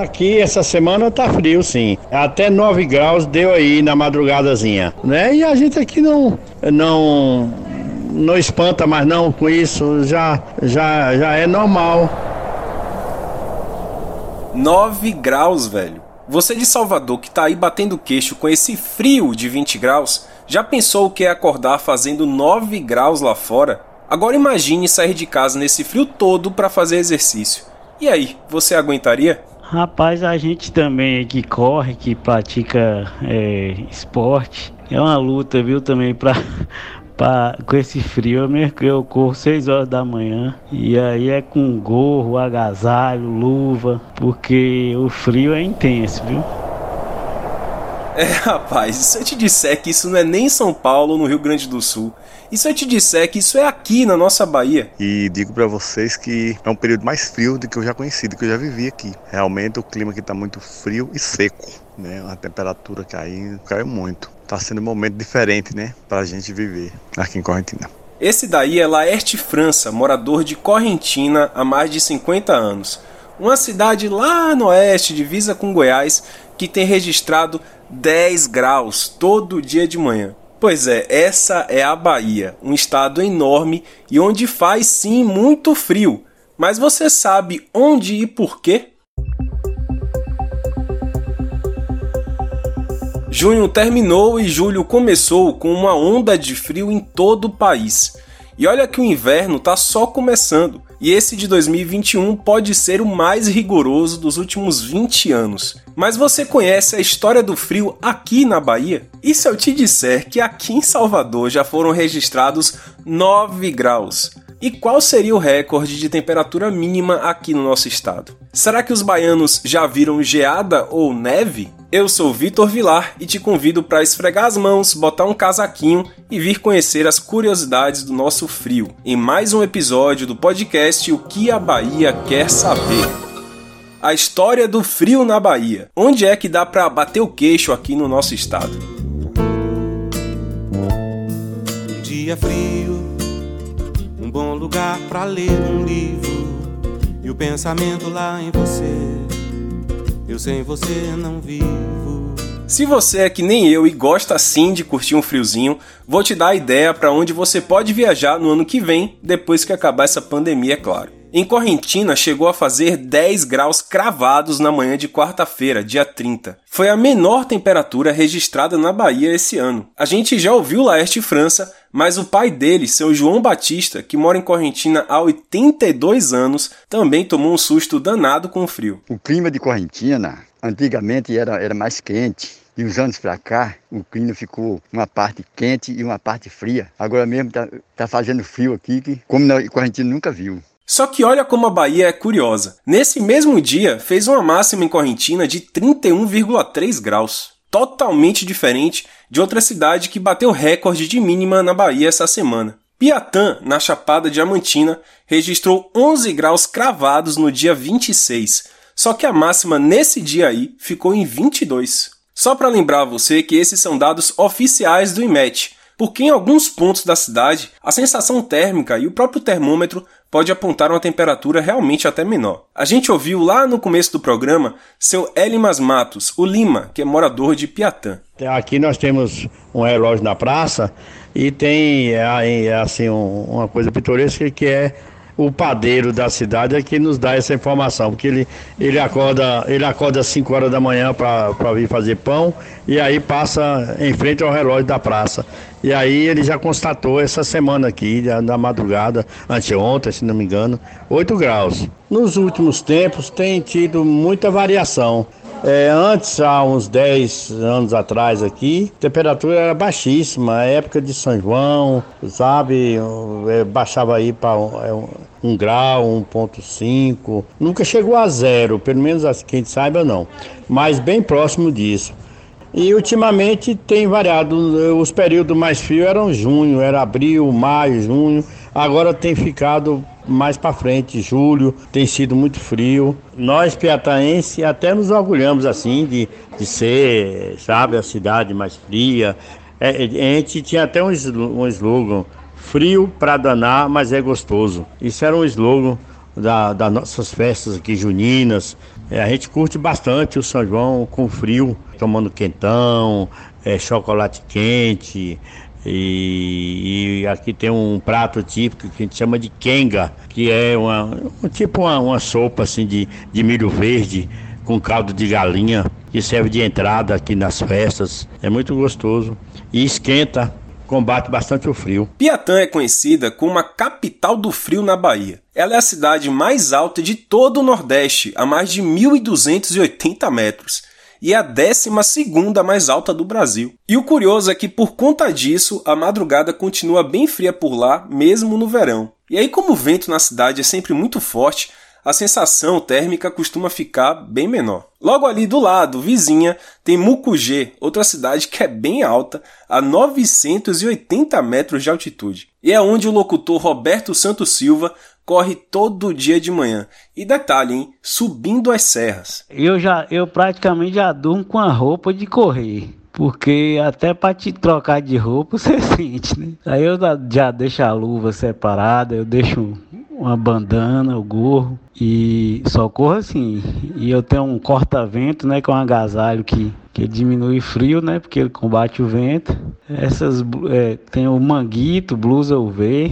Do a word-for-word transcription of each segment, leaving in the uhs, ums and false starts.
Aqui essa semana tá frio, sim. Até nove graus deu aí na madrugadazinha, né? E a gente aqui não não não espanta mais não com isso, já já já é normal. nove graus, velho. Você de Salvador que tá aí batendo queixo com esse frio de vinte graus, já pensou o que é acordar fazendo nove graus lá fora? Agora imagine sair de casa nesse frio todo para fazer exercício. E aí, você aguentaria? Rapaz, a gente também que corre, que pratica é, esporte, é uma luta, viu, também pra, pra, com esse frio. Eu, mesmo, eu corro seis horas da manhã e aí é com gorro, agasalho, luva, porque o frio é intenso, viu? É, rapaz, e se eu te disser que isso não é nem em São Paulo, no Rio Grande do Sul? E se eu te disser que isso é aqui na nossa Bahia? E digo pra vocês que é um período mais frio do que eu já conheci, do que eu já vivi aqui. Realmente o clima aqui tá muito frio e seco, né? A temperatura caiu, caiu muito. Tá sendo um momento diferente, né? Pra gente viver aqui em Correntina. Esse daí é Laerte França, morador de Correntina há mais de cinquenta anos. Uma cidade lá no oeste, divisa com Goiás, que tem registrado dez graus todo dia de manhã. Pois é, essa é a Bahia, um estado enorme e onde faz sim muito frio. Mas você sabe onde e por quê? Junho terminou e julho começou com uma onda de frio em todo o país. E olha que o inverno está só começando, e esse de dois mil e vinte e um pode ser o mais rigoroso dos últimos vinte anos. Mas você conhece a história do frio aqui na Bahia? E se eu te disser que aqui em Salvador já foram registrados nove graus? E qual seria o recorde de temperatura mínima aqui no nosso estado? Será que os baianos já viram geada ou neve? Eu sou Vitor Vilar e te convido para esfregar as mãos, botar um casaquinho e vir conhecer as curiosidades do nosso frio, em mais um episódio do podcast O que a Bahia quer saber. A história do frio na Bahia. Onde é que dá para bater o queixo aqui no nosso estado? Um dia frio, um bom lugar para ler um livro e o pensamento lá em você. Eu sem você não vivo. Se você é que nem eu e gosta sim de curtir um friozinho, vou te dar a ideia para onde você pode viajar no ano que vem, depois que acabar essa pandemia, é claro. Em Correntina chegou a fazer dez graus cravados na manhã de quarta-feira, dia trinta. Foi a menor temperatura registrada na Bahia esse ano. A gente já ouviu Laerte França, mas o pai dele, seu João Batista, que mora em Correntina há oitenta e dois anos, também tomou um susto danado com o frio. O clima de Correntina antigamente era, era mais quente. De uns anos para cá, o clima ficou uma parte quente e uma parte fria. Agora mesmo tá, tá fazendo frio aqui, que, como na Correntina nunca viu. Só que olha como a Bahia é curiosa. Nesse mesmo dia, fez uma máxima em Correntina de trinta e um vírgula três graus. Totalmente diferente de outra cidade que bateu recorde de mínima na Bahia essa semana. Piatã, na Chapada Diamantina, registrou onze graus cravados no dia vinte e seis. Só que a máxima nesse dia aí ficou em vinte e dois. Só para lembrar você que esses são dados oficiais do IMET, porque em alguns pontos da cidade a sensação térmica e o próprio termômetro pode apontar uma temperatura realmente até menor. A gente ouviu lá no começo do programa seu Elimas Matos, o Lima, que é morador de Piatã. Aqui nós temos um relógio na praça e tem assim uma coisa pitoresca que é o padeiro da cidade é que nos dá essa informação, porque ele, ele acorda ele acorda às cinco horas da manhã para vir fazer pão e aí passa em frente ao relógio da praça. E aí ele já constatou essa semana aqui, na madrugada, anteontem, se não me engano, oito graus. Nos últimos tempos tem tido muita variação. É, antes, há uns dez anos atrás aqui, a temperatura era baixíssima, época de São João, sabe, é, baixava aí para um, um grau, um ponto cinco, nunca chegou a zero, pelo menos assim, que a gente saiba não, mas bem próximo disso. E ultimamente tem variado, os períodos mais frios eram junho, era abril, maio, junho, agora tem ficado mais para frente, julho, tem sido muito frio. Nós piataenses até nos orgulhamos assim de, de ser, sabe, a cidade mais fria. É, a gente tinha até um, um slogan, frio para danar, mas é gostoso. Isso era um slogan da, das nossas festas aqui juninas. É, a gente curte bastante o São João com frio, tomando quentão, é, chocolate quente. E, e aqui tem um prato típico que a gente chama de quenga, que é uma, um, tipo uma, uma sopa assim de, de milho verde com caldo de galinha, que serve de entrada aqui nas festas. É muito gostoso e esquenta, combate bastante o frio. Piatã é conhecida como a capital do frio na Bahia. Ela é a cidade mais alta de todo o Nordeste, a mais de mil duzentos e oitenta metros. E é a décima segunda mais alta do Brasil. E o curioso é que, por conta disso, a madrugada continua bem fria por lá, mesmo no verão. E aí, como o vento na cidade é sempre muito forte, a sensação térmica costuma ficar bem menor. Logo ali do lado, vizinha, tem Mucugê, outra cidade que é bem alta, a novecentos e oitenta metros de altitude. E é onde o locutor Roberto Santos Silva corre todo dia de manhã. E detalhe, hein? Subindo as serras. Eu já, eu praticamente já durmo com a roupa de correr. Porque até para te trocar de roupa você sente, né? Aí eu já deixo a luva separada, eu deixo uma bandana, o gorro e só corro assim. E eu tenho um corta-vento, né? Que é um agasalho que, que diminui o frio, né? Porque ele combate o vento. Essas, é, tem o manguito, blusa U V.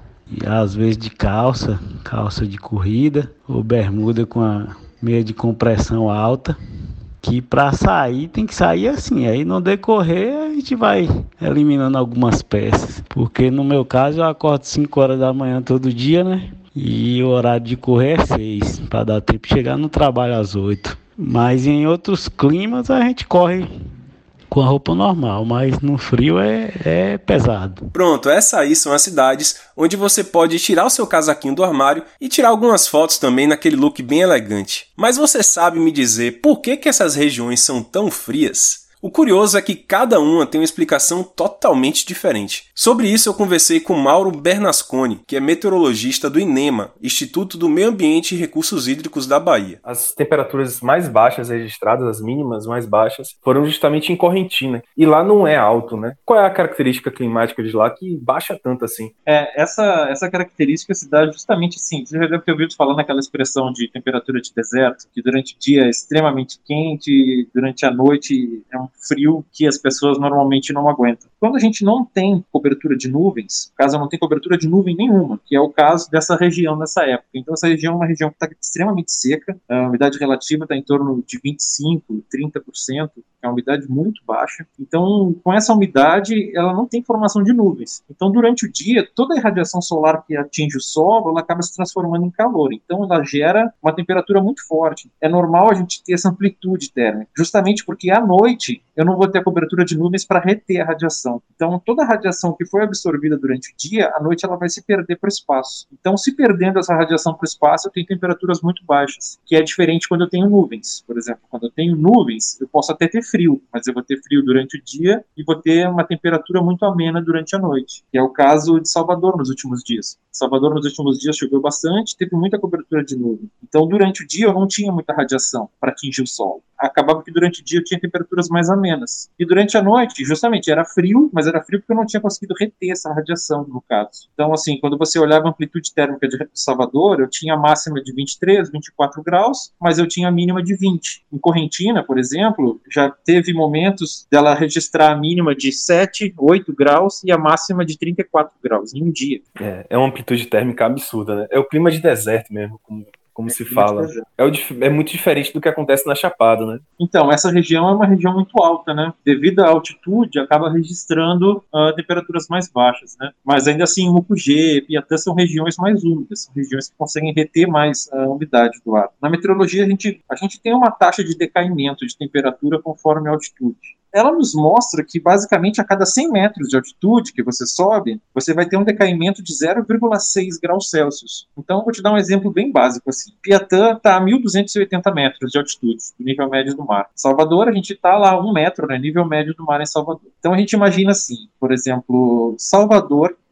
E às vezes de calça, calça de corrida ou bermuda com a meia de compressão alta, que para sair tem que sair assim, aí no decorrer a gente vai eliminando algumas peças, porque no meu caso eu acordo cinco horas da manhã todo dia, né? E o horário de correr é seis, para dar tempo de chegar no trabalho às oito. Mas em outros climas a gente corre com a roupa normal, mas no frio é, é pesado. Pronto, essas aí são as cidades onde você pode tirar o seu casaquinho do armário e tirar algumas fotos também naquele look bem elegante. Mas você sabe me dizer por que, que essas regiões são tão frias? O curioso é que cada uma tem uma explicação totalmente diferente. Sobre isso eu conversei com Mauro Bernasconi, que é meteorologista do INEMA, Instituto do Meio Ambiente e Recursos Hídricos da Bahia. As temperaturas mais baixas registradas, as mínimas mais baixas, foram justamente em Correntina. E lá não é alto, né? Qual é a característica climática de lá que baixa tanto assim? É, essa, essa característica se dá justamente assim. Você já deve ter ouvido falar naquela expressão de temperatura de deserto, que durante o dia é extremamente quente, durante a noite é um frio que as pessoas normalmente não aguentam. Quando a gente não tem cobertura de nuvens, o caso não tem cobertura de nuvem nenhuma, que é o caso dessa região nessa época. Então essa região é uma região que está extremamente seca, a umidade relativa está em torno de vinte e cinco, trinta por cento, é uma umidade muito baixa. Então, com essa umidade, ela não tem formação de nuvens. Então, durante o dia, toda a irradiação solar que atinge o solo, ela acaba se transformando em calor. Então, ela gera uma temperatura muito forte. É normal a gente ter essa amplitude térmica, justamente porque à noite eu não vou ter a cobertura de nuvens para reter a radiação. Então, toda a radiação que foi absorvida durante o dia, à noite ela vai se perder para o espaço. Então, se perdendo essa radiação para o espaço, eu tenho temperaturas muito baixas, que é diferente quando eu tenho nuvens. Por exemplo, quando eu tenho nuvens, eu posso até ter frio, mas eu vou ter frio durante o dia e vou ter uma temperatura muito amena durante a noite, que é o caso de Salvador nos últimos dias. Salvador nos últimos dias choveu bastante, teve muita cobertura de nuvem. Então, durante o dia eu não tinha muita radiação para atingir o solo. Acabava que durante o dia eu tinha temperaturas mais amenas. E durante a noite, justamente, era frio, mas era frio porque eu não tinha conseguido reter essa radiação, no caso. Então, assim, quando você olhava a amplitude térmica de Salvador, eu tinha a máxima de vinte e três, vinte e quatro graus, mas eu tinha a mínima de vinte. Em Correntina, por exemplo, já teve momentos dela registrar a mínima de sete, oito graus e a máxima de trinta e quatro graus em um dia. É, é uma amplitude térmica absurda, né? É o clima de deserto mesmo, como... como é se fala, é, o, é muito diferente do que acontece na Chapada, né? Então, essa região é uma região muito alta, né? Devido à altitude, acaba registrando uh, temperaturas mais baixas, né? Mas ainda assim, Mucugê, Piatã são regiões mais úmidas, são regiões que conseguem reter mais a umidade do ar. Na meteorologia, a gente, a gente tem uma taxa de decaimento de temperatura conforme a altitude. Ela nos mostra que, basicamente, a cada cem metros de altitude que você sobe, você vai ter um decaimento de zero vírgula seis graus Celsius. Então, eu vou te dar um exemplo bem básico, assim. Piatã está a mil duzentos e oitenta metros de altitude, do nível médio do mar. Salvador, a gente está lá a um metro, né, nível médio do mar em Salvador. Então, a gente imagina assim, por exemplo, Salvador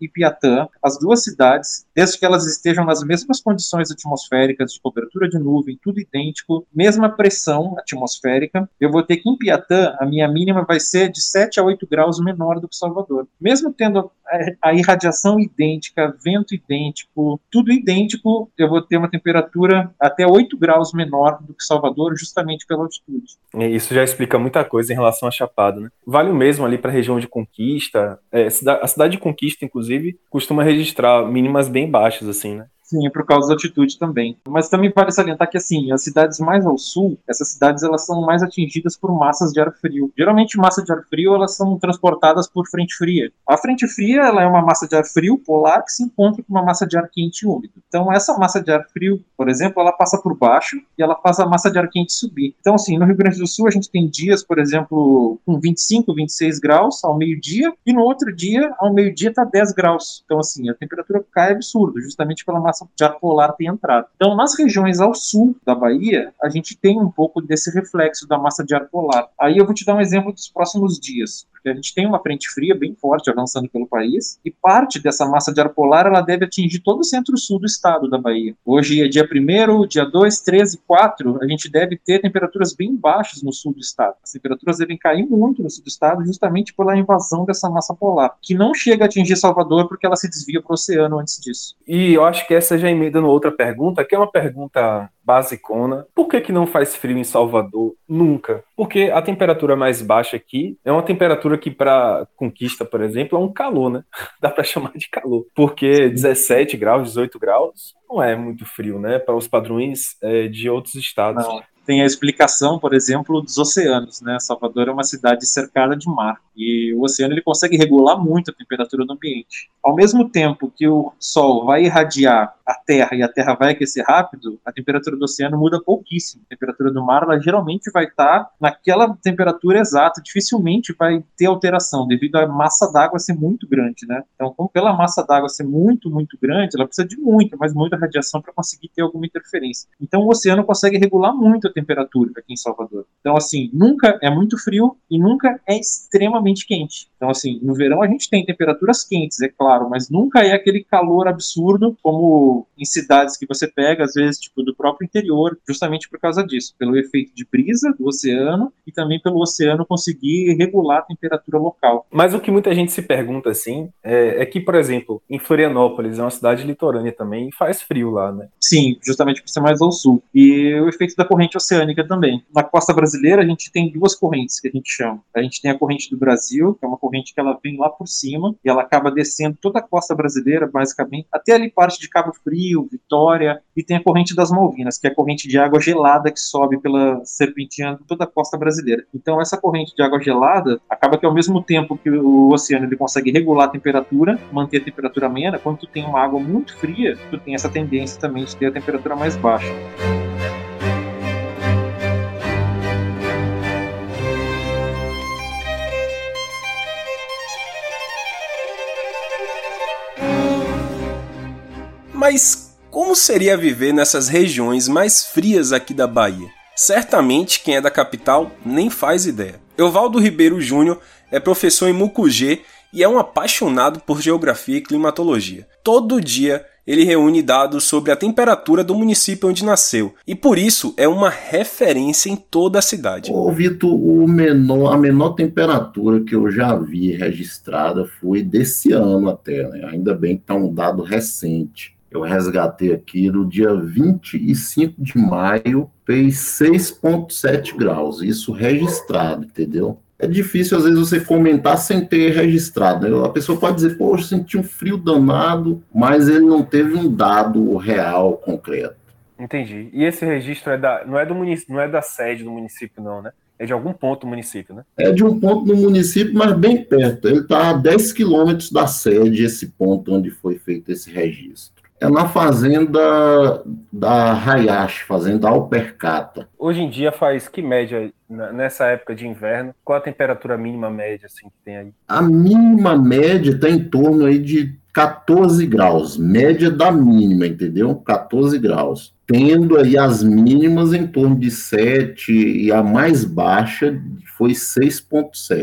e Piatã, as duas cidades, desde que elas estejam nas mesmas condições atmosféricas de cobertura de nuvem, tudo idêntico, mesma pressão atmosférica, eu vou ter que em Piatã, a minha mínima vai ser de sete a oito graus menor do que Salvador. Mesmo tendo a, a irradiação idêntica, vento idêntico, tudo idêntico, eu vou ter uma temperatura até oito graus menor do que Salvador, justamente pela altitude. Isso já explica muita coisa em relação a Chapada, né? Vale o mesmo ali para a região de Conquista. É, a cidade de Conquista, inclusive, costuma registrar mínimas bem baixas, assim, né? Sim, por causa da altitude também. Mas também vale salientar que, assim, as cidades mais ao sul, essas cidades, elas são mais atingidas por massas de ar frio. Geralmente, massa de ar frio, elas são transportadas por frente fria. A frente fria, ela é uma massa de ar frio polar que se encontra com uma massa de ar quente e úmido. Então, essa massa de ar frio, por exemplo, ela passa por baixo e ela faz a massa de ar quente subir. Então, assim, no Rio Grande do Sul, a gente tem dias, por exemplo, com vinte e cinco, vinte e seis graus ao meio-dia, e no outro dia, ao meio-dia, está dez graus. Então, assim, a temperatura cai absurdo, justamente pela massa de ar polar ter entrado. Então, nas regiões ao sul da Bahia, a gente tem um pouco desse reflexo da massa de ar polar. Aí eu vou te dar um exemplo dos próximos dias. A gente tem uma frente fria bem forte avançando pelo país, e parte dessa massa de ar polar ela deve atingir todo o centro-sul do estado da Bahia. Hoje é dia primeiro, dia dois, três e quatro, a gente deve ter temperaturas bem baixas no sul do estado. As temperaturas devem cair muito no sul do estado, justamente pela invasão dessa massa polar, que não chega a atingir Salvador porque ela se desvia para o oceano antes disso. E eu acho que essa já emenda em outra pergunta, que é uma pergunta basicona. Por que que não faz frio em Salvador? Nunca. Porque a temperatura mais baixa aqui é uma temperatura que para Conquista, por exemplo, é um calor, né? Dá para chamar de calor. Porque dezessete graus, dezoito graus não é muito frio, né? Para os padrões é, de outros estados. Não. Tem a explicação, por exemplo, dos oceanos, né? Salvador é uma cidade cercada de mar e o oceano ele consegue regular muito a temperatura do ambiente. Ao mesmo tempo que o sol vai irradiar a Terra e a Terra vai aquecer rápido, a temperatura do oceano muda pouquíssimo. A temperatura do mar, ela geralmente vai estar naquela temperatura exata, dificilmente vai ter alteração, devido à massa d'água ser muito grande, né? Então, como pela massa d'água ser muito, muito grande, ela precisa de muita, mas muita radiação para conseguir ter alguma interferência. Então, o oceano consegue regular muito a temperatura aqui em Salvador. Então, assim, nunca é muito frio e nunca é extremamente quente. Então, assim, no verão a gente tem temperaturas quentes, é claro, mas nunca é aquele calor absurdo como em cidades que você pega, às vezes, tipo, do próprio interior, justamente por causa disso, pelo efeito de brisa do oceano e também pelo oceano conseguir regular a temperatura local. Mas o que muita gente se pergunta, assim, é, é que, por exemplo, em Florianópolis, é uma cidade litorânea também, e faz frio lá, né? Sim, justamente por ser mais ao sul. E o efeito da corrente oceânica também. Na costa brasileira, a gente tem duas correntes que a gente chama. A gente tem a corrente do Brasil, que é uma corrente que ela vem lá por cima, e ela acaba descendo toda a costa brasileira, basicamente, até ali parte de Cabo Frio, Vitória, e tem a corrente das Malvinas, que é a corrente de água gelada que sobe pela serpenteando toda a costa brasileira. Então, essa corrente de água gelada acaba que, ao mesmo tempo que o oceano ele consegue regular a temperatura, manter a temperatura amena, quando tu tem uma água muito fria, tu tem essa tendência também de ter a temperatura mais baixa. Mas como seria viver nessas regiões mais frias aqui da Bahia? Certamente quem é da capital nem faz ideia. Evaldo Ribeiro Júnior é professor em Mucugê e é um apaixonado por geografia e climatologia. Todo dia ele reúne dados sobre a temperatura do município onde nasceu e por isso é uma referência em toda a cidade. Ô Vitor, o menor, a menor temperatura que eu já vi registrada foi desse ano até, né? Ainda bem que está um dado recente. Eu resgatei aqui no dia vinte e cinco de maio, fez seis vírgula sete graus, isso registrado, entendeu? É difícil, às vezes, você comentar sem ter registrado, né? A pessoa pode dizer, poxa, senti um frio danado, mas ele não teve um dado real, concreto. Entendi. E esse registro é da, não, é do município, não é da sede do município, não, né? É de algum ponto do município, né? É de um ponto do município, mas bem perto. Ele está a dez quilômetros da sede, esse ponto onde foi feito esse registro. É na fazenda da Hayashi, fazenda Alpercata. Hoje em dia faz que média, nessa época de inverno? Qual a temperatura mínima média assim, que tem aí? A mínima média está em torno aí de quatorze graus, média da mínima, entendeu? quatorze graus. Tendo aí as mínimas em torno de sete e a mais baixa foi seis vírgula sete.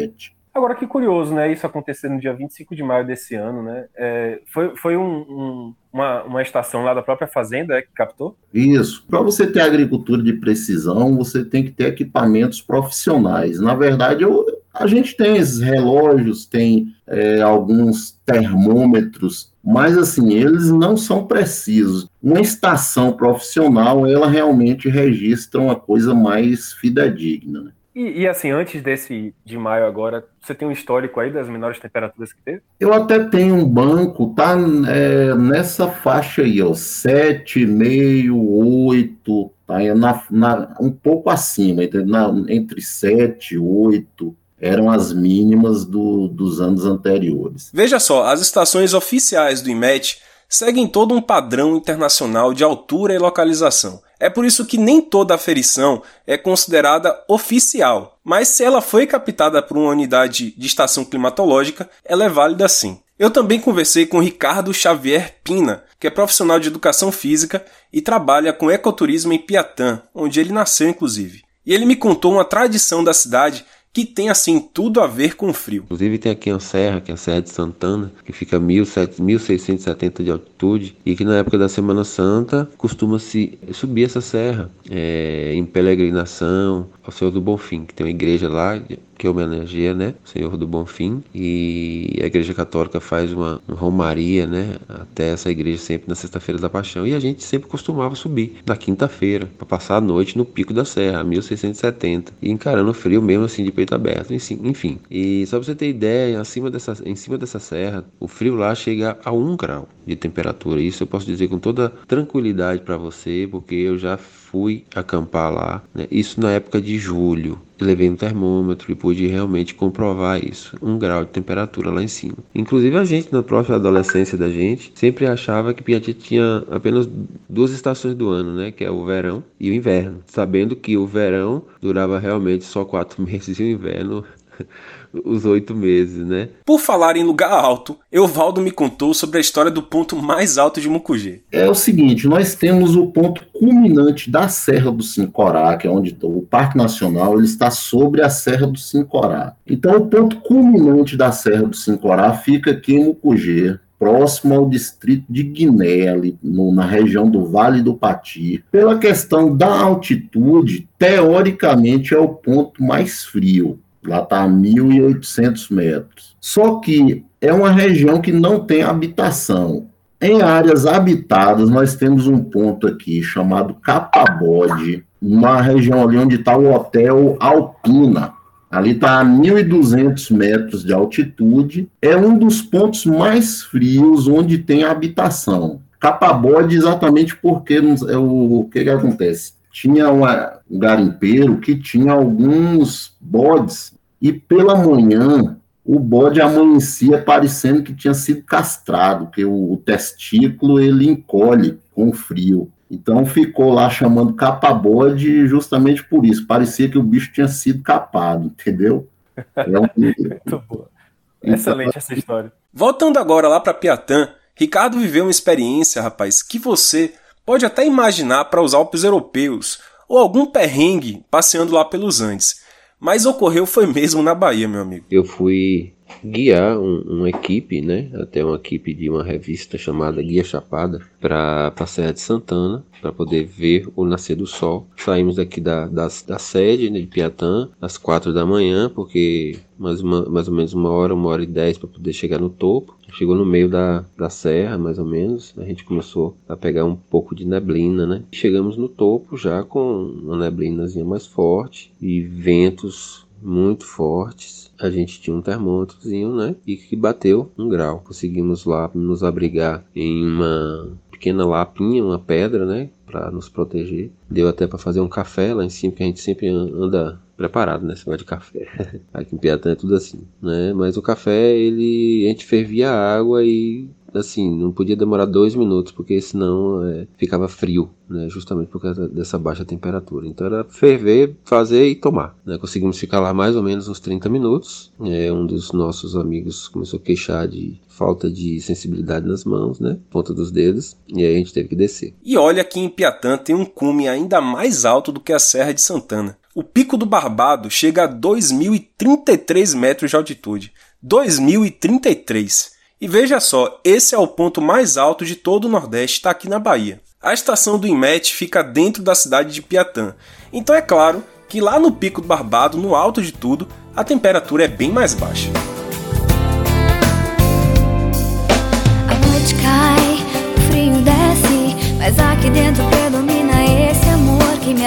Agora, que curioso, né? Isso acontecer no dia vinte e cinco de maio desse ano, né? É, foi foi um, um, uma, uma estação lá da própria fazenda é, que captou? Isso. Para você ter agricultura de precisão, você tem que ter equipamentos profissionais. Na verdade, eu, a gente tem esses relógios, tem é, alguns termômetros, mas assim, eles não são precisos. Uma estação profissional, ela realmente registra uma coisa mais fidedigna, né? E, e assim, antes desse de maio agora, você tem um histórico aí das menores temperaturas que teve? Eu até tenho um banco, tá é, nessa faixa aí, ó, sete, meio, oito, tá na, na, um pouco acima, na, entre sete e oito, eram as mínimas do, dos anos anteriores. Veja só, as estações oficiais do IMET seguem todo um padrão internacional de altura e localização. É por isso que nem toda aferição é considerada oficial, mas se ela foi captada por uma unidade de estação climatológica, ela é válida sim. Eu também conversei com Ricardo Xavier Pina, que é profissional de educação física e trabalha com ecoturismo em Piatã, onde ele nasceu inclusive. E ele me contou uma tradição da cidade que tem, assim, tudo a ver com o frio. Inclusive tem aqui uma serra, que é a Serra de Santana, que fica a mil seiscentos e setenta de altitude, e que na época da Semana Santa costuma-se subir essa serra é, em peregrinação ao Senhor do Bonfim, que tem uma igreja lá que homenageia, né, o Senhor do Bonfim, e a Igreja Católica faz uma, uma romaria, né, até essa igreja sempre na Sexta-feira da Paixão, e a gente sempre costumava subir na quinta-feira, para passar a noite no pico da serra, a mil seiscentos e setenta, e encarando o frio mesmo assim de peito aberto, enfim. E só para você ter ideia, acima dessa, em cima dessa serra, o frio lá chega a um grau de temperatura. Isso eu posso dizer com toda tranquilidade para você, porque eu já fui acampar lá, né? Isso na época de julho. Eu levei um termômetro e pude realmente comprovar isso. Um grau de temperatura lá em cima. Inclusive a gente, na própria adolescência da gente, sempre achava que Piatã tinha apenas duas estações do ano, né? Que é o verão e o inverno. Sabendo que o verão durava realmente só quatro meses e o inverno os oito meses, né? Por falar em lugar alto, Evaldo me contou sobre a história do ponto mais alto de Mucugê. É o seguinte, nós temos o ponto culminante da Serra do Sincorá, que é onde o Parque Nacional ele está sobre a Serra do Sincorá. Então o ponto culminante da Serra do Sincorá fica aqui em Mucugê, próximo ao distrito de Guiné, ali no, na região do Vale do Pati. Pela questão da altitude, teoricamente é o ponto mais frio. Lá está a mil e oitocentos metros. Só que é uma região que não tem habitação. Em áreas habitadas, nós temos um ponto aqui chamado Capabode, uma região ali onde está o Hotel Alpina. Ali está a mil e duzentos metros de altitude. É um dos pontos mais frios onde tem habitação. Capabode exatamente porque o, o que, que acontece? Tinha uma, um garimpeiro que tinha alguns bodes e pela manhã o bode amanhecia parecendo que tinha sido castrado, porque o, o testículo ele encolhe com o frio. Então ficou lá chamando capa-bode justamente por isso. Parecia que o bicho tinha sido capado, entendeu? É um... Muito boa. Excelente essa história. Voltando agora lá para Piatã, Ricardo viveu uma experiência, rapaz, que você pode até imaginar para os Alpes europeus, ou algum perrengue passeando lá pelos Andes. Mas ocorreu foi mesmo na Bahia, meu amigo. Eu fui guiar um, uma equipe, né, até uma equipe de uma revista chamada Guia Chapada, para a Serra de Santana, para poder ver o nascer do sol. Saímos daqui da, da, da sede, né, de Piatã, às quatro da manhã, porque mais, uma, mais ou menos uma hora, uma hora e dez para poder chegar no topo. Chegou no meio da, da serra, mais ou menos, a gente começou a pegar um pouco de neblina, né? Chegamos no topo já com uma neblinazinha mais forte e ventos muito fortes. A gente tinha um termômetrozinho, né? E que bateu um grau. Conseguimos lá nos abrigar em uma pequena lapinha, uma pedra, né? Para nos proteger. Deu até para fazer um café lá em cima, que a gente sempre anda preparado, né? Você vai de café. Aqui em Piatã é tudo assim, né? Mas o café, ele, a gente fervia a água e assim, não podia demorar dois minutos, porque senão é, ficava frio, né? Justamente por causa dessa baixa temperatura. Então era ferver, fazer e tomar, né? Conseguimos ficar lá mais ou menos uns trinta minutos. É, um dos nossos amigos começou a queixar de falta de sensibilidade nas mãos, né? Ponta dos dedos. E aí a gente teve que descer. E olha que em Piatã tem um cume ainda mais alto do que a Serra de Santana. O Pico do Barbado chega a dois mil e trinta e três metros de altitude. dois mil e trinta e três. E veja só, esse é o ponto mais alto de todo o Nordeste, está aqui na Bahia. A estação do INMET fica dentro da cidade de Piatã. Então é claro que lá no Pico do Barbado, no alto de tudo, a temperatura é bem mais baixa. A noite cai, o frio desce, mas aqui dentro predomina esse amor que me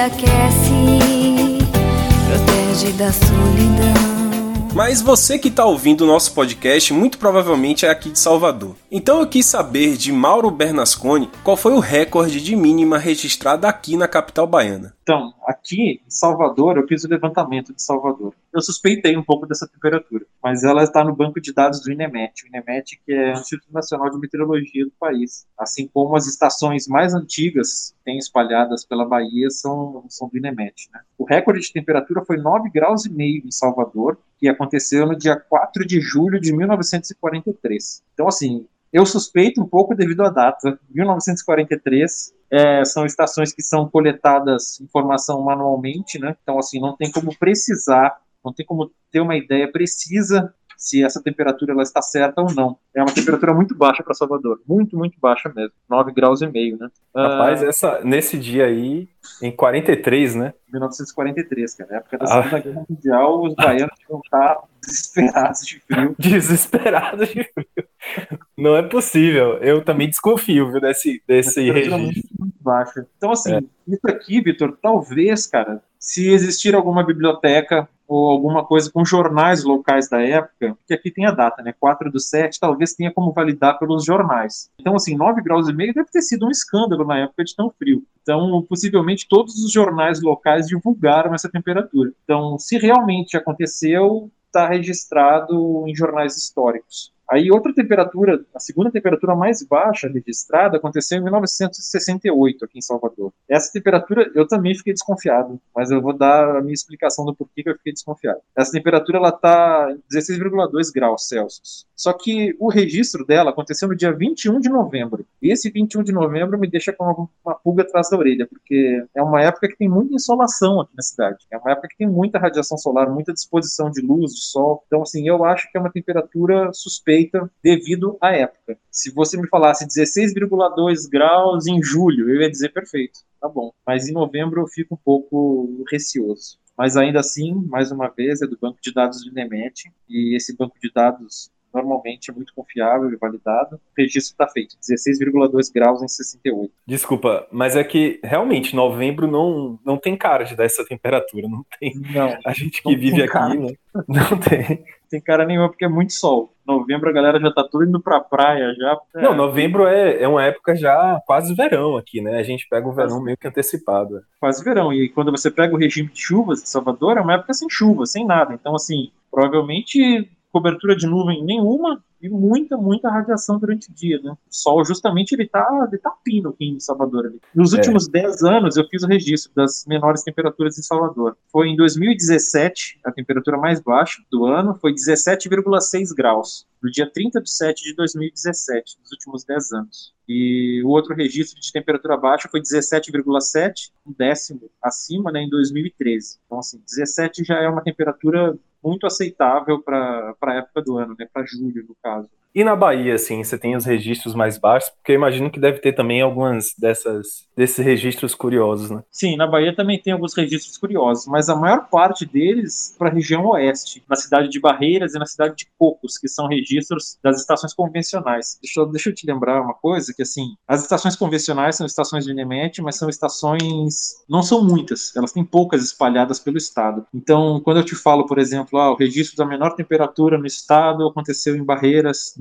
aquece, protege da solidão. Mas você que está ouvindo o nosso podcast muito provavelmente é aqui de Salvador. Então eu quis saber de Mauro Bernasconi qual foi o recorde de mínima registrado aqui na capital baiana. Então, aqui em Salvador, eu fiz o levantamento de Salvador. Eu suspeitei um pouco dessa temperatura, mas ela está no banco de dados do INEMET. O INEMET, que é o Instituto Nacional de Meteorologia do país. Assim como as estações mais antigas que tem espalhadas pela Bahia são, são do INEMET, né? O recorde de temperatura foi nove graus e meio em Salvador, que aconteceu no dia quatro de julho de mil novecentos e quarenta e três. Então, assim, eu suspeito um pouco devido à data. mil novecentos e quarenta e três é, são estações que são coletadas informação manualmente, né? Então, assim, não tem como precisar, não tem como ter uma ideia precisa se essa temperatura ela está certa ou não. É uma temperatura muito baixa para Salvador. Muito, muito baixa mesmo. nove graus e meio, né? Rapaz, essa, nesse dia aí, em quarenta e três, né? mil novecentos e quarenta e três, cara. Na época da Segunda ah. Guerra Mundial, os baianos iam estar desesperados de frio. Desesperados de frio. Não é possível. Eu também desconfio, viu, desse, desse registro. Muito, muito baixa. Então, assim, é. isso aqui, Vitor, talvez, cara, se existir alguma biblioteca ou alguma coisa com jornais locais da época, que aqui tem a data, né, quatro do sete, talvez tenha como validar pelos jornais. Então, assim, nove graus e meio deve ter sido um escândalo na época de tão frio. Então, possivelmente, todos os jornais locais divulgaram essa temperatura. Então, se realmente aconteceu, está registrado em jornais históricos. Aí outra temperatura, a segunda temperatura mais baixa registrada aconteceu em mil novecentos e sessenta e oito aqui em Salvador. Essa temperatura eu também fiquei desconfiado, mas eu vou dar a minha explicação do porquê que eu fiquei desconfiado. Essa temperatura ela está em dezesseis vírgula dois graus Celsius. Só que o registro dela aconteceu no dia vinte e um de novembro. E esse vinte e um de novembro me deixa com uma pulga atrás da orelha, porque é uma época que tem muita insolação aqui na cidade. É uma época que tem muita radiação solar, muita disposição de luz, de sol. Então, assim, eu acho que é uma temperatura suspeita devido à época. Se você me falasse dezesseis vírgula dois graus em julho, eu ia dizer perfeito, tá bom. Mas em novembro eu fico um pouco receoso. Mas ainda assim, mais uma vez, é do banco de dados do INEMET, e esse banco de dados normalmente é muito confiável e validado. O registro está feito, dezesseis vírgula dois graus em sessenta e oito. Desculpa, mas é que realmente novembro não, não tem cara de dar essa temperatura, não tem. Não, a gente que vive aqui, né? Não tem. Tem cara nenhuma porque é muito sol. Novembro a galera já tá tudo indo pra praia já. É. Não, novembro é, é uma época já quase verão aqui, né? A gente pega o verão quase meio que antecipado. Quase verão. E quando você pega o regime de chuvas de Salvador, é uma época sem chuva, sem nada. Então, assim, provavelmente cobertura de nuvem nenhuma e muita, muita radiação durante o dia, né? O sol, justamente, ele tá, ele tá pino aqui em Salvador. Ali. Nos últimos é. dez anos, eu fiz o registro das menores temperaturas em Salvador. Foi em dois mil e dezessete, a temperatura mais baixa do ano foi dezessete vírgula seis graus, no dia trinta de setembro de dois mil e dezessete, nos últimos dez anos. E o outro registro de temperatura baixa foi dezessete vírgula sete, um décimo acima, né, em dois mil e treze. Então, assim, dezessete já é uma temperatura muito aceitável para a época do ano, né, para julho, no caso. E na Bahia, assim, você tem os registros mais baixos, porque eu imagino que deve ter também algumas dessas, desses registros curiosos, né? Sim, na Bahia também tem alguns registros curiosos, mas a maior parte deles para a região oeste, na cidade de Barreiras e na cidade de Cocos, que são registros das estações convencionais. Deixa eu, deixa eu te lembrar uma coisa, que assim, as estações convencionais são estações do INEMET, mas são estações, não são muitas, elas têm poucas espalhadas pelo estado. Então, quando eu te falo, por exemplo, ah, o registro da menor temperatura no estado aconteceu em Barreiras,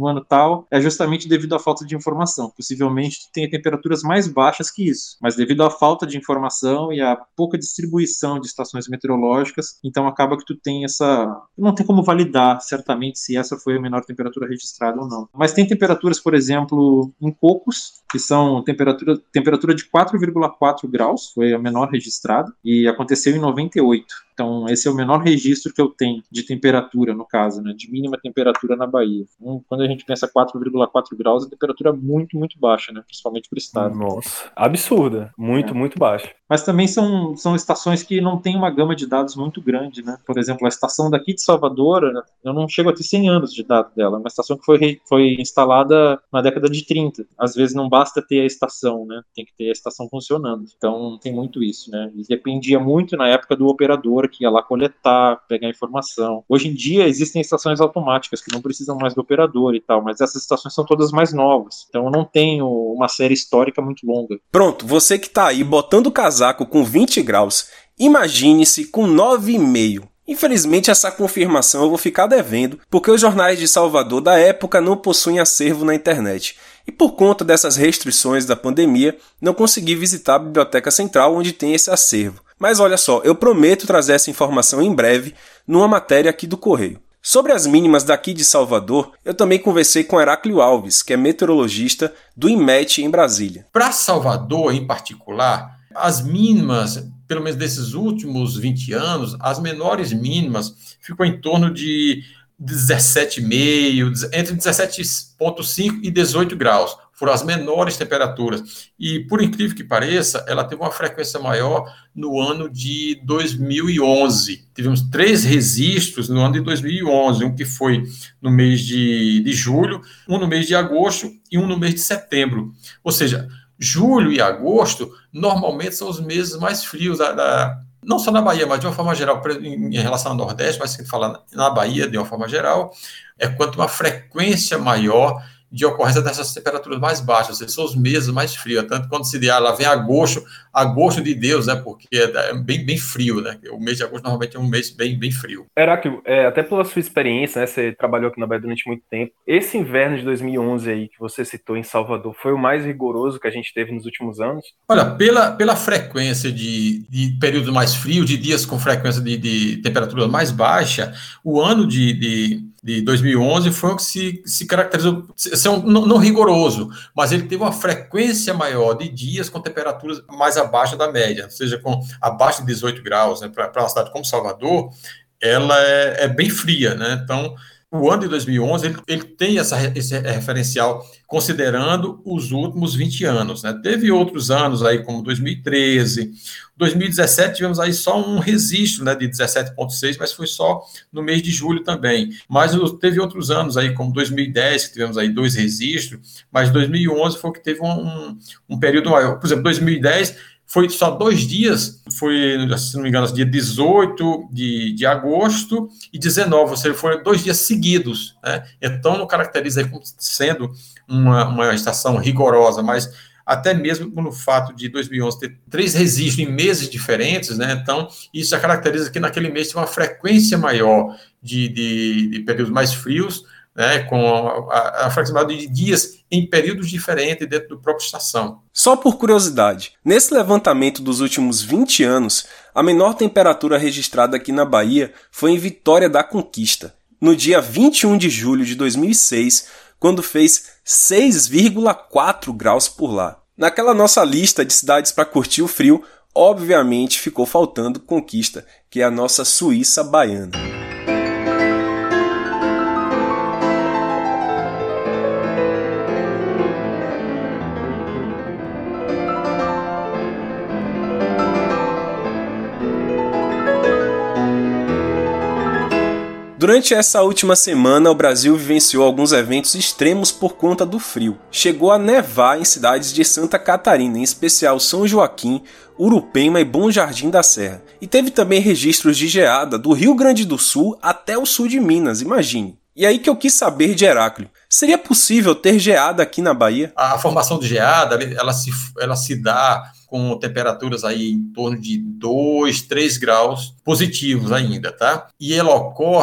no ano tal, é justamente devido à falta de informação. Possivelmente tu tenha temperaturas mais baixas que isso, mas devido à falta de informação e à pouca distribuição de estações meteorológicas, então acaba que tu tem essa... Não tem como validar certamente se essa foi a menor temperatura registrada ou não. Mas tem temperaturas, por exemplo, em Cocos, que são temperatura, temperatura de quatro vírgula quatro graus, foi a menor registrada, e aconteceu em noventa e oito. Então, esse é o menor registro que eu tenho de temperatura, no caso, né, de mínima temperatura na Bahia. Então, quando a gente pensa quatro vírgula quatro graus, a temperatura é muito, muito baixa, né, principalmente para o estado. Nossa, absurda. Muito, é. muito baixa. Mas também são, são estações que não têm uma gama de dados muito grande, né? Por exemplo, a estação daqui de Salvador, eu não chego a ter cem anos de dados dela. É uma estação que foi, foi instalada na década de trinta. Às vezes não basta ter a estação, né? Tem que ter a estação funcionando. Então tem muito isso, né? E dependia muito na época do operador que ia lá coletar, pegar informação. Hoje em dia existem estações automáticas que não precisam mais do operador e tal, mas essas estações são todas mais novas. Então eu não tenho uma série histórica muito longa. Pronto, você que tá aí botando o casaco com vinte graus, imagine-se com nove vírgula cinco. Infelizmente essa confirmação eu vou ficar devendo, porque os jornais de Salvador da época não possuem acervo na internet. E por conta dessas restrições da pandemia, não consegui visitar a Biblioteca Central onde tem esse acervo. Mas olha só, eu prometo trazer essa informação em breve numa matéria aqui do Correio. Sobre as mínimas daqui de Salvador, eu também conversei com Heráclio Alves, que é meteorologista do INMET em Brasília. Para Salvador, em particular, as mínimas, pelo menos desses últimos vinte anos, as menores mínimas ficam em torno de dezessete vírgula cinco, entre dezessete vírgula cinco e dezoito graus. Foram as menores temperaturas. E, por incrível que pareça, ela teve uma frequência maior no ano de dois mil e onze. Tivemos três registros no ano de dois mil e onze, um que foi no mês de, de julho, um no mês de agosto e um no mês de setembro. Ou seja, julho e agosto normalmente são os meses mais frios da, da não só na Bahia, mas de uma forma geral, em relação ao Nordeste, mas se falar na Bahia de uma forma geral, é quanto uma frequência maior de ocorrência dessas temperaturas mais baixas, esses são os meses mais frios, tanto quando se diz, ah, lá vem agosto, agosto de Deus, né, porque é bem, bem frio, né, o mês de agosto normalmente é um mês bem, bem frio. Heráclio, é, até pela sua experiência, né, você trabalhou aqui na Bahia durante muito tempo, esse inverno de dois mil e onze aí, que você citou em Salvador, foi o mais rigoroso que a gente teve nos últimos anos? Olha, pela, pela frequência de, de períodos mais frios, de dias com frequência de, de temperatura mais baixa, o ano de, de, de dois mil e onze foi o que se, se caracterizou, não, não rigoroso, mas ele teve uma frequência maior de dias com temperaturas mais abaixo da média, ou seja, com abaixo de dezoito graus, né, para uma cidade como Salvador, ela é, é bem fria, né? Então, o ano de dois mil e onze, ele, ele tem essa, esse referencial considerando os últimos vinte anos, né? Teve outros anos aí, como dois mil e treze, dois mil e dezessete tivemos aí só um registro, né, de dezessete vírgula seis, mas foi só no mês de julho também. Mas teve outros anos aí, como dois mil e dez, que tivemos aí dois registros, mas dois mil e onze foi o que teve um, um, um período maior. Por exemplo, dois mil e dez foi só dois dias, foi, se não me engano, dia dezoito de, de agosto e dezenove, ou seja, foram dois dias seguidos, né? Então não caracteriza aí como sendo uma, uma estação rigorosa, mas até mesmo no fato de dois mil e onze ter três registros em meses diferentes, né? Então isso já caracteriza que naquele mês tem uma frequência maior de, de, de períodos mais frios, né, com a, a frequência maior de dias em períodos diferentes dentro do próprio estação. Só por curiosidade, nesse levantamento dos últimos vinte anos, a menor temperatura registrada aqui na Bahia foi em Vitória da Conquista, no dia vinte e um de julho de dois mil e seis, quando fez seis vírgula quatro graus por lá. Naquela nossa lista de cidades para curtir o frio, obviamente ficou faltando Conquista, que é a nossa Suíça baiana. Durante essa última semana, o Brasil vivenciou alguns eventos extremos por conta do frio. Chegou a nevar em cidades de Santa Catarina, em especial São Joaquim, Urupema e Bom Jardim da Serra. E teve também registros de geada do Rio Grande do Sul até o sul de Minas, imagine. E aí que eu quis saber de Heráclio, seria possível ter geada aqui na Bahia? A formação de geada, ela se, ela se dá com temperaturas aí em torno de dois, três graus positivos ainda, tá? E ela ocorre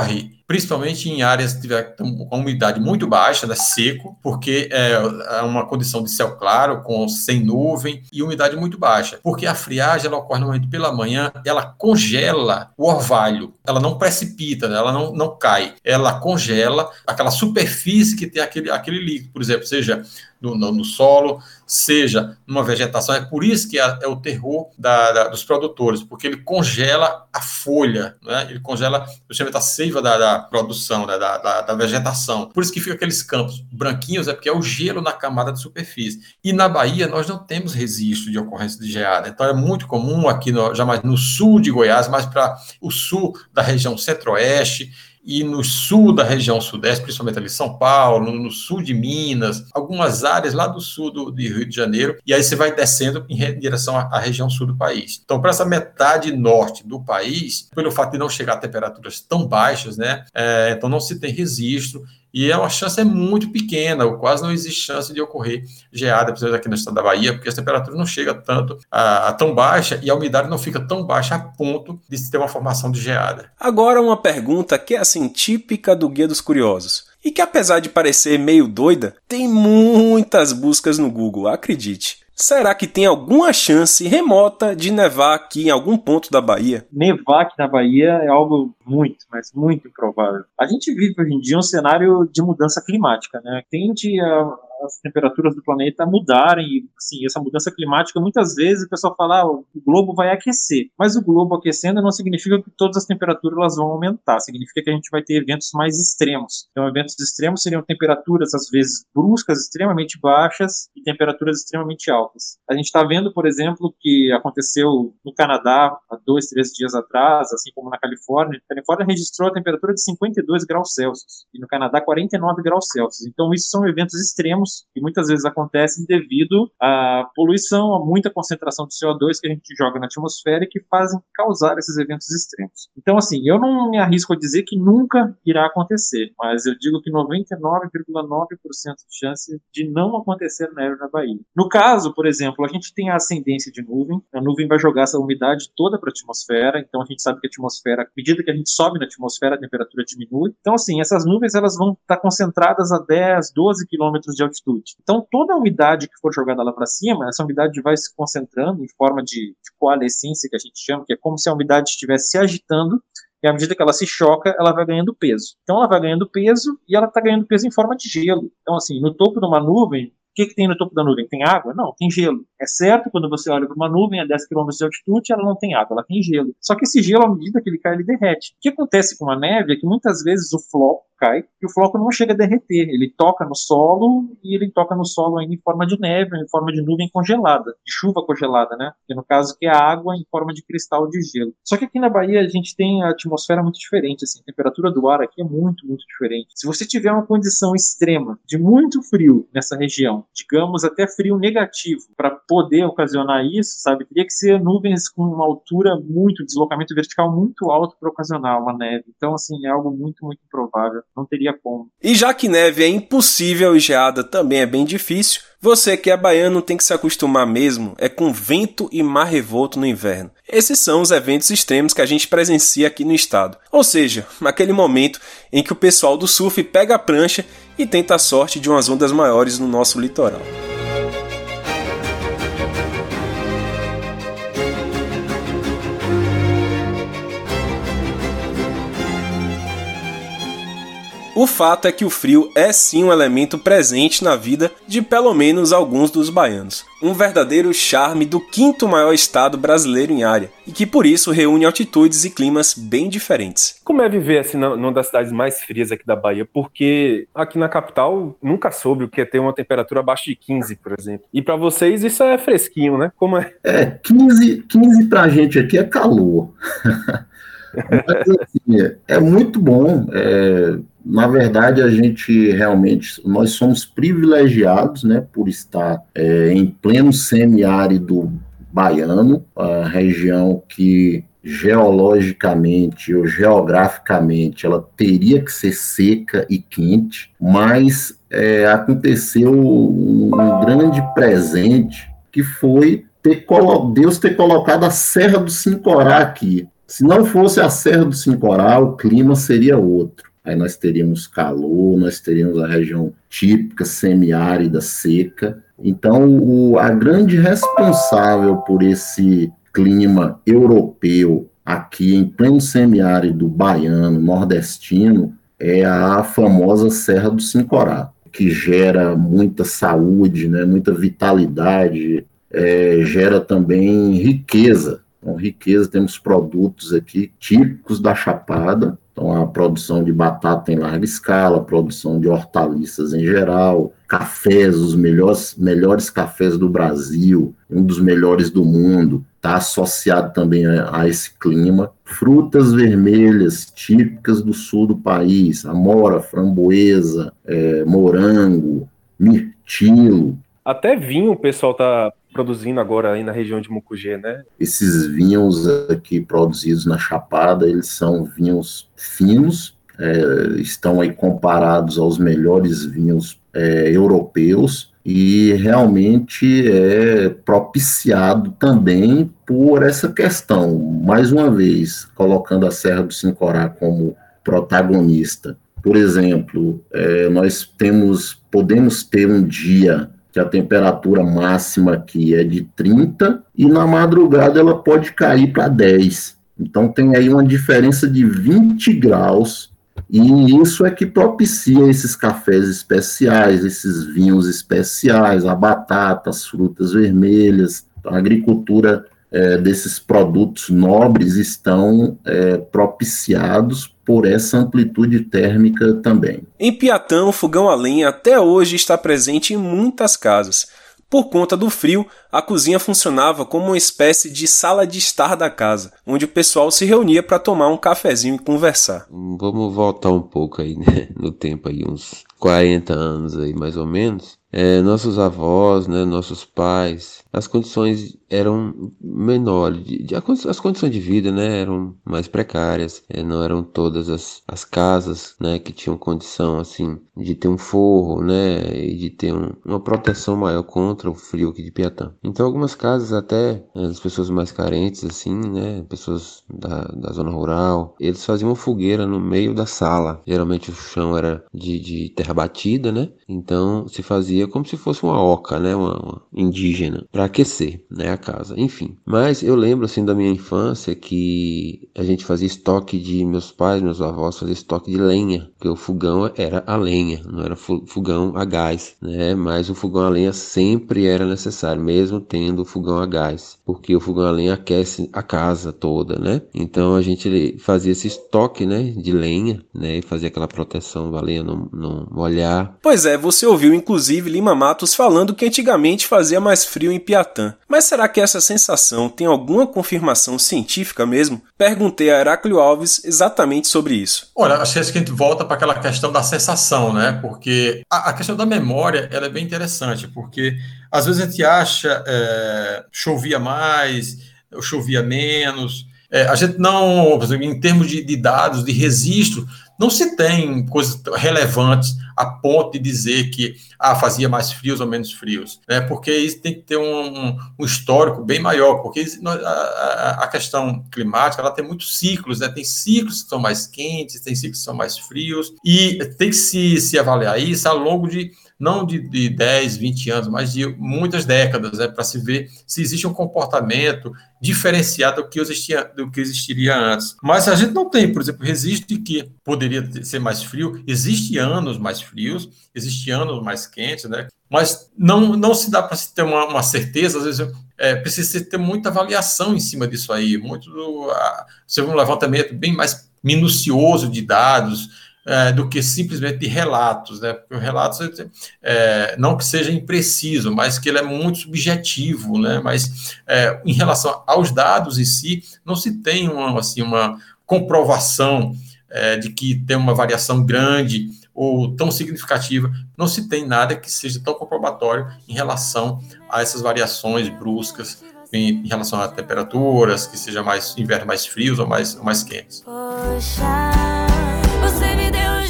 principalmente em áreas que tiver com umidade muito baixa, né, seco, porque é uma condição de céu claro, com, sem nuvem e umidade muito baixa. Porque a friagem ela ocorre normalmente pela manhã, ela congela o orvalho, ela não precipita, né, ela não, não cai, ela congela aquela superfície que tem aquele, aquele líquido, por exemplo, seja no, no, no solo, seja numa vegetação. É por isso que é, é o terror da, da, dos produtores, porque ele congela a folha, né? Ele congela justamente a seiva da, da produção, né? da, da, da vegetação. Por isso que fica aqueles campos branquinhos, é porque é o gelo na camada de superfície. E na Bahia nós não temos registro de ocorrência de geada, então é muito comum aqui, no, já mais no sul de Goiás, mais para o sul da região centro-oeste, e no sul da região sudeste, principalmente ali São Paulo, no sul de Minas, algumas áreas lá do sul do, do Rio de Janeiro, e aí você vai descendo em, re, em direção à, à região sul do país. Então, para essa metade norte do país, pelo fato de não chegar a temperaturas tão baixas, né, é, então não se tem registro, e é uma chance é muito pequena, ou quase não existe chance de ocorrer geada, principalmente aqui no estado da Bahia, porque as temperaturas não chegam tanto a, a tão baixa e a umidade não fica tão baixa a ponto de se ter uma formação de geada. Agora uma pergunta que é assim típica do Guia dos Curiosos e que, apesar de parecer meio doida, tem muitas buscas no Google, acredite. Será que tem alguma chance remota de nevar aqui em algum ponto da Bahia? Nevar aqui na Bahia é algo muito, mas muito improvável. A gente vive hoje em dia um cenário de mudança climática, né? Tende a, as temperaturas do planeta mudarem, assim, essa mudança climática, muitas vezes o pessoal fala, ah, o globo vai aquecer, mas o globo aquecendo não significa que todas as temperaturas elas vão aumentar, significa que a gente vai ter eventos mais extremos. Então, eventos extremos seriam temperaturas, às vezes, bruscas, extremamente baixas e temperaturas extremamente altas. A gente está vendo, por exemplo, que aconteceu no Canadá há dois, três dias atrás, assim como na Califórnia. A Califórnia registrou a temperatura de cinquenta e dois graus Celsius e no Canadá quarenta e nove graus Celsius. Então, isso são eventos extremos que muitas vezes acontecem devido à poluição, a muita concentração de C O dois que a gente joga na atmosfera e que fazem causar esses eventos extremos. Então, assim, eu não me arrisco a dizer que nunca irá acontecer, mas eu digo que noventa e nove vírgula nove por cento de chance de não acontecer neve na Bahia. No caso, por exemplo, a gente tem a ascendência de nuvem, a nuvem vai jogar essa umidade toda para a atmosfera, então a gente sabe que a atmosfera, à medida que a gente sobe na atmosfera, a temperatura diminui. Então, assim, essas nuvens elas vão estar concentradas a dez, doze quilômetros de altitude. Então, toda a umidade que for jogada lá para cima, essa umidade vai se concentrando em forma de, de coalescência, que a gente chama, que é como se a umidade estivesse se agitando, e à medida que ela se choca, ela vai ganhando peso. Então, ela vai ganhando peso e ela está ganhando peso em forma de gelo. Então, assim, no topo de uma nuvem, o que, que tem no topo da nuvem? Tem água? Não, tem gelo. É certo, quando você olha para uma nuvem a dez quilômetros de altitude, ela não tem água, ela tem gelo. Só que esse gelo, à medida que ele cai, ele derrete. O que acontece com a neve é que muitas vezes o floco cai e o floco não chega a derreter. Ele toca no solo e ele toca no solo ainda em forma de neve, em forma de nuvem congelada, de chuva congelada, né? Que no caso que é a água em forma de cristal de gelo. Só que aqui na Bahia a gente tem a atmosfera muito diferente, assim, a temperatura do ar aqui é muito, muito diferente. Se você tiver uma condição extrema de muito frio nessa região, digamos até frio negativo, para poder ocasionar isso, sabe, teria que ser nuvens com uma altura muito, deslocamento vertical muito alto para ocasionar uma neve. Então, assim, é algo muito, muito improvável. Não teria como. E já que neve é impossível e geada também é bem difícil, você que é baiano tem que se acostumar mesmo é com vento e mar revolto no inverno. Esses são os eventos extremos que a gente presencia aqui no estado. Ou seja, naquele momento em que o pessoal do surf pega a prancha e tenta a sorte de umas ondas maiores no nosso litoral. O fato é que o frio é sim um elemento presente na vida de pelo menos alguns dos baianos. Um verdadeiro charme do quinto maior estado brasileiro em área, e que por isso reúne altitudes e climas bem diferentes. Como é viver assim numa das cidades mais frias aqui da Bahia? Porque aqui na capital nunca soube o que é ter uma temperatura abaixo de quinze, por exemplo. E para vocês isso é fresquinho, né? Como é? É, quinze, quinze pra gente aqui é calor. Mas, assim, é muito bom. É, na verdade, a gente realmente, nós somos privilegiados, né, por estar é, em pleno semiárido baiano, a região que geologicamente ou geograficamente ela teria que ser seca e quente, mas é, aconteceu um, um grande presente que foi ter colo- Deus ter colocado a Serra do Sincorá aqui. Se não fosse a Serra do Sincorá, o clima seria outro. aí nós teríamos calor, nós teríamos a região típica, semiárida, seca. Então, o, a grande responsável por esse clima europeu aqui em pleno semiárido baiano, nordestino, é a famosa Serra do Sincorá, que gera muita saúde, né, muita vitalidade, é, gera também riqueza. Então, riqueza, temos produtos aqui típicos da Chapada, então a produção de batata em larga escala, a produção de hortaliças em geral, cafés, os melhores, melhores cafés do Brasil, um dos melhores do mundo, está associado também a, a esse clima. Frutas vermelhas típicas do sul do país, amora, framboesa, é, morango, mirtilo. Até vinho o pessoal está produzindo agora aí na região de Mucugê, né? Esses vinhos aqui produzidos na Chapada, eles são vinhos finos, é, estão aí comparados aos melhores vinhos é, europeus e realmente é propiciado também por essa questão, mais uma vez, colocando a Serra do Sincorá como protagonista. Por exemplo, é, nós temos, podemos ter um dia que a temperatura máxima aqui é de trinta e na madrugada ela pode cair para dez. Então tem aí uma diferença de vinte graus e isso é que propicia esses cafés especiais, esses vinhos especiais, a batata, as frutas vermelhas. A agricultura é, desses produtos nobres estão é, propiciados por essa amplitude térmica também. Em Piatã, o fogão a lenha até hoje está presente em muitas casas. Por conta do frio, a cozinha funcionava como uma espécie de sala de estar da casa, onde o pessoal se reunia para tomar um cafezinho e conversar. Vamos voltar um pouco aí, né, no tempo aí, uns quarenta anos aí mais ou menos. É, nossos avós, né, nossos pais, as condições eram menores, de, de, as condições de vida, né, eram mais precárias, é, não eram todas as, as casas, né, que tinham condição, assim, de ter um forro, né, e de ter um, uma proteção maior contra o frio aqui de Piatã. Então algumas casas até, as pessoas mais carentes, assim, né, pessoas da, da zona rural, eles faziam uma fogueira no meio da sala, geralmente o chão era de, de terra batida, né, então se fazia como se fosse uma oca, né, uma, uma indígena, para aquecer, né, a casa, enfim. Mas eu lembro, assim, da minha infância que a gente fazia estoque de, meus pais, meus avós faziam estoque de lenha, porque o fogão era a lenha, não era fogão a gás, né, mas o fogão a lenha sempre era necessário, mesmo tendo o fogão a gás, porque o fogão a lenha aquece a casa toda, né, então a gente fazia esse estoque, né, de lenha, né, e fazia aquela proteção da lenha não, não molhar. Pois é, você ouviu, inclusive, Lima Matos falando que antigamente fazia mais frio em Piatã. Mas será que essa sensação tem alguma confirmação científica mesmo? Perguntei a Heráclio Alves exatamente sobre isso. Olha, acho que a gente volta para aquela questão da sensação, né? Porque a, a questão da memória ela é bem interessante, porque às vezes a gente acha é, chovia mais, ou chovia menos. É, a gente não, por exemplo, em termos de, de dados, de registro, não se tem coisas relevantes a ponto de dizer que ah, fazia mais frios ou menos frios, né? Porque isso tem que ter um, um histórico bem maior, porque a, a questão climática ela tem muitos ciclos, né? Tem ciclos que são mais quentes, tem ciclos que são mais frios, e tem que se, se avaliar isso ao longo de não de, de dez, vinte anos, mas de muitas décadas, né, para se ver se existe um comportamento diferenciado do que, existia, do que existiria antes. Mas a gente não tem, por exemplo, registro de que poderia ser mais frio, existem anos mais frios, existem anos mais quentes, né, mas não, não se dá para se ter uma, uma certeza, às vezes é, precisa ter muita avaliação em cima disso aí, muito do, a, você um levantamento bem mais minucioso de dados, É, do que simplesmente de relatos, né? Porque o relato, é, não que seja impreciso, mas que ele é muito subjetivo, né? Mas é, em relação aos dados em si, não se tem uma, assim, uma comprovação é, de que tem uma variação grande ou tão significativa, não se tem nada que seja tão comprobatório em relação a essas variações bruscas em, em relação a temperaturas, que seja mais inverno mais frios ou mais, ou mais quentes. Poxa, você me deu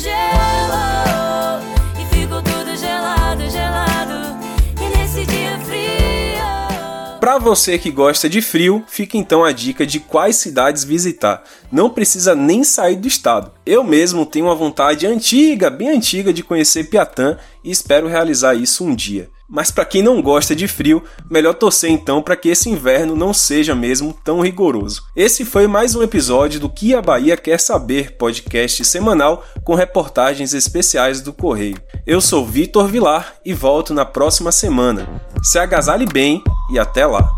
gelo e ficou tudo gelado, gelado. E nesse dia frio. Para você que gosta de frio, fica então a dica de quais cidades visitar. Não precisa nem sair do estado. Eu mesmo tenho uma vontade antiga, bem antiga, de conhecer Piatã e espero realizar isso um dia. Mas para quem não gosta de frio, melhor torcer então para que esse inverno não seja mesmo tão rigoroso. Esse foi mais um episódio do Que a Bahia Quer Saber, podcast semanal com reportagens especiais do Correio. Eu sou Vitor Vilar e volto na próxima semana. Se agasalhe bem e até lá!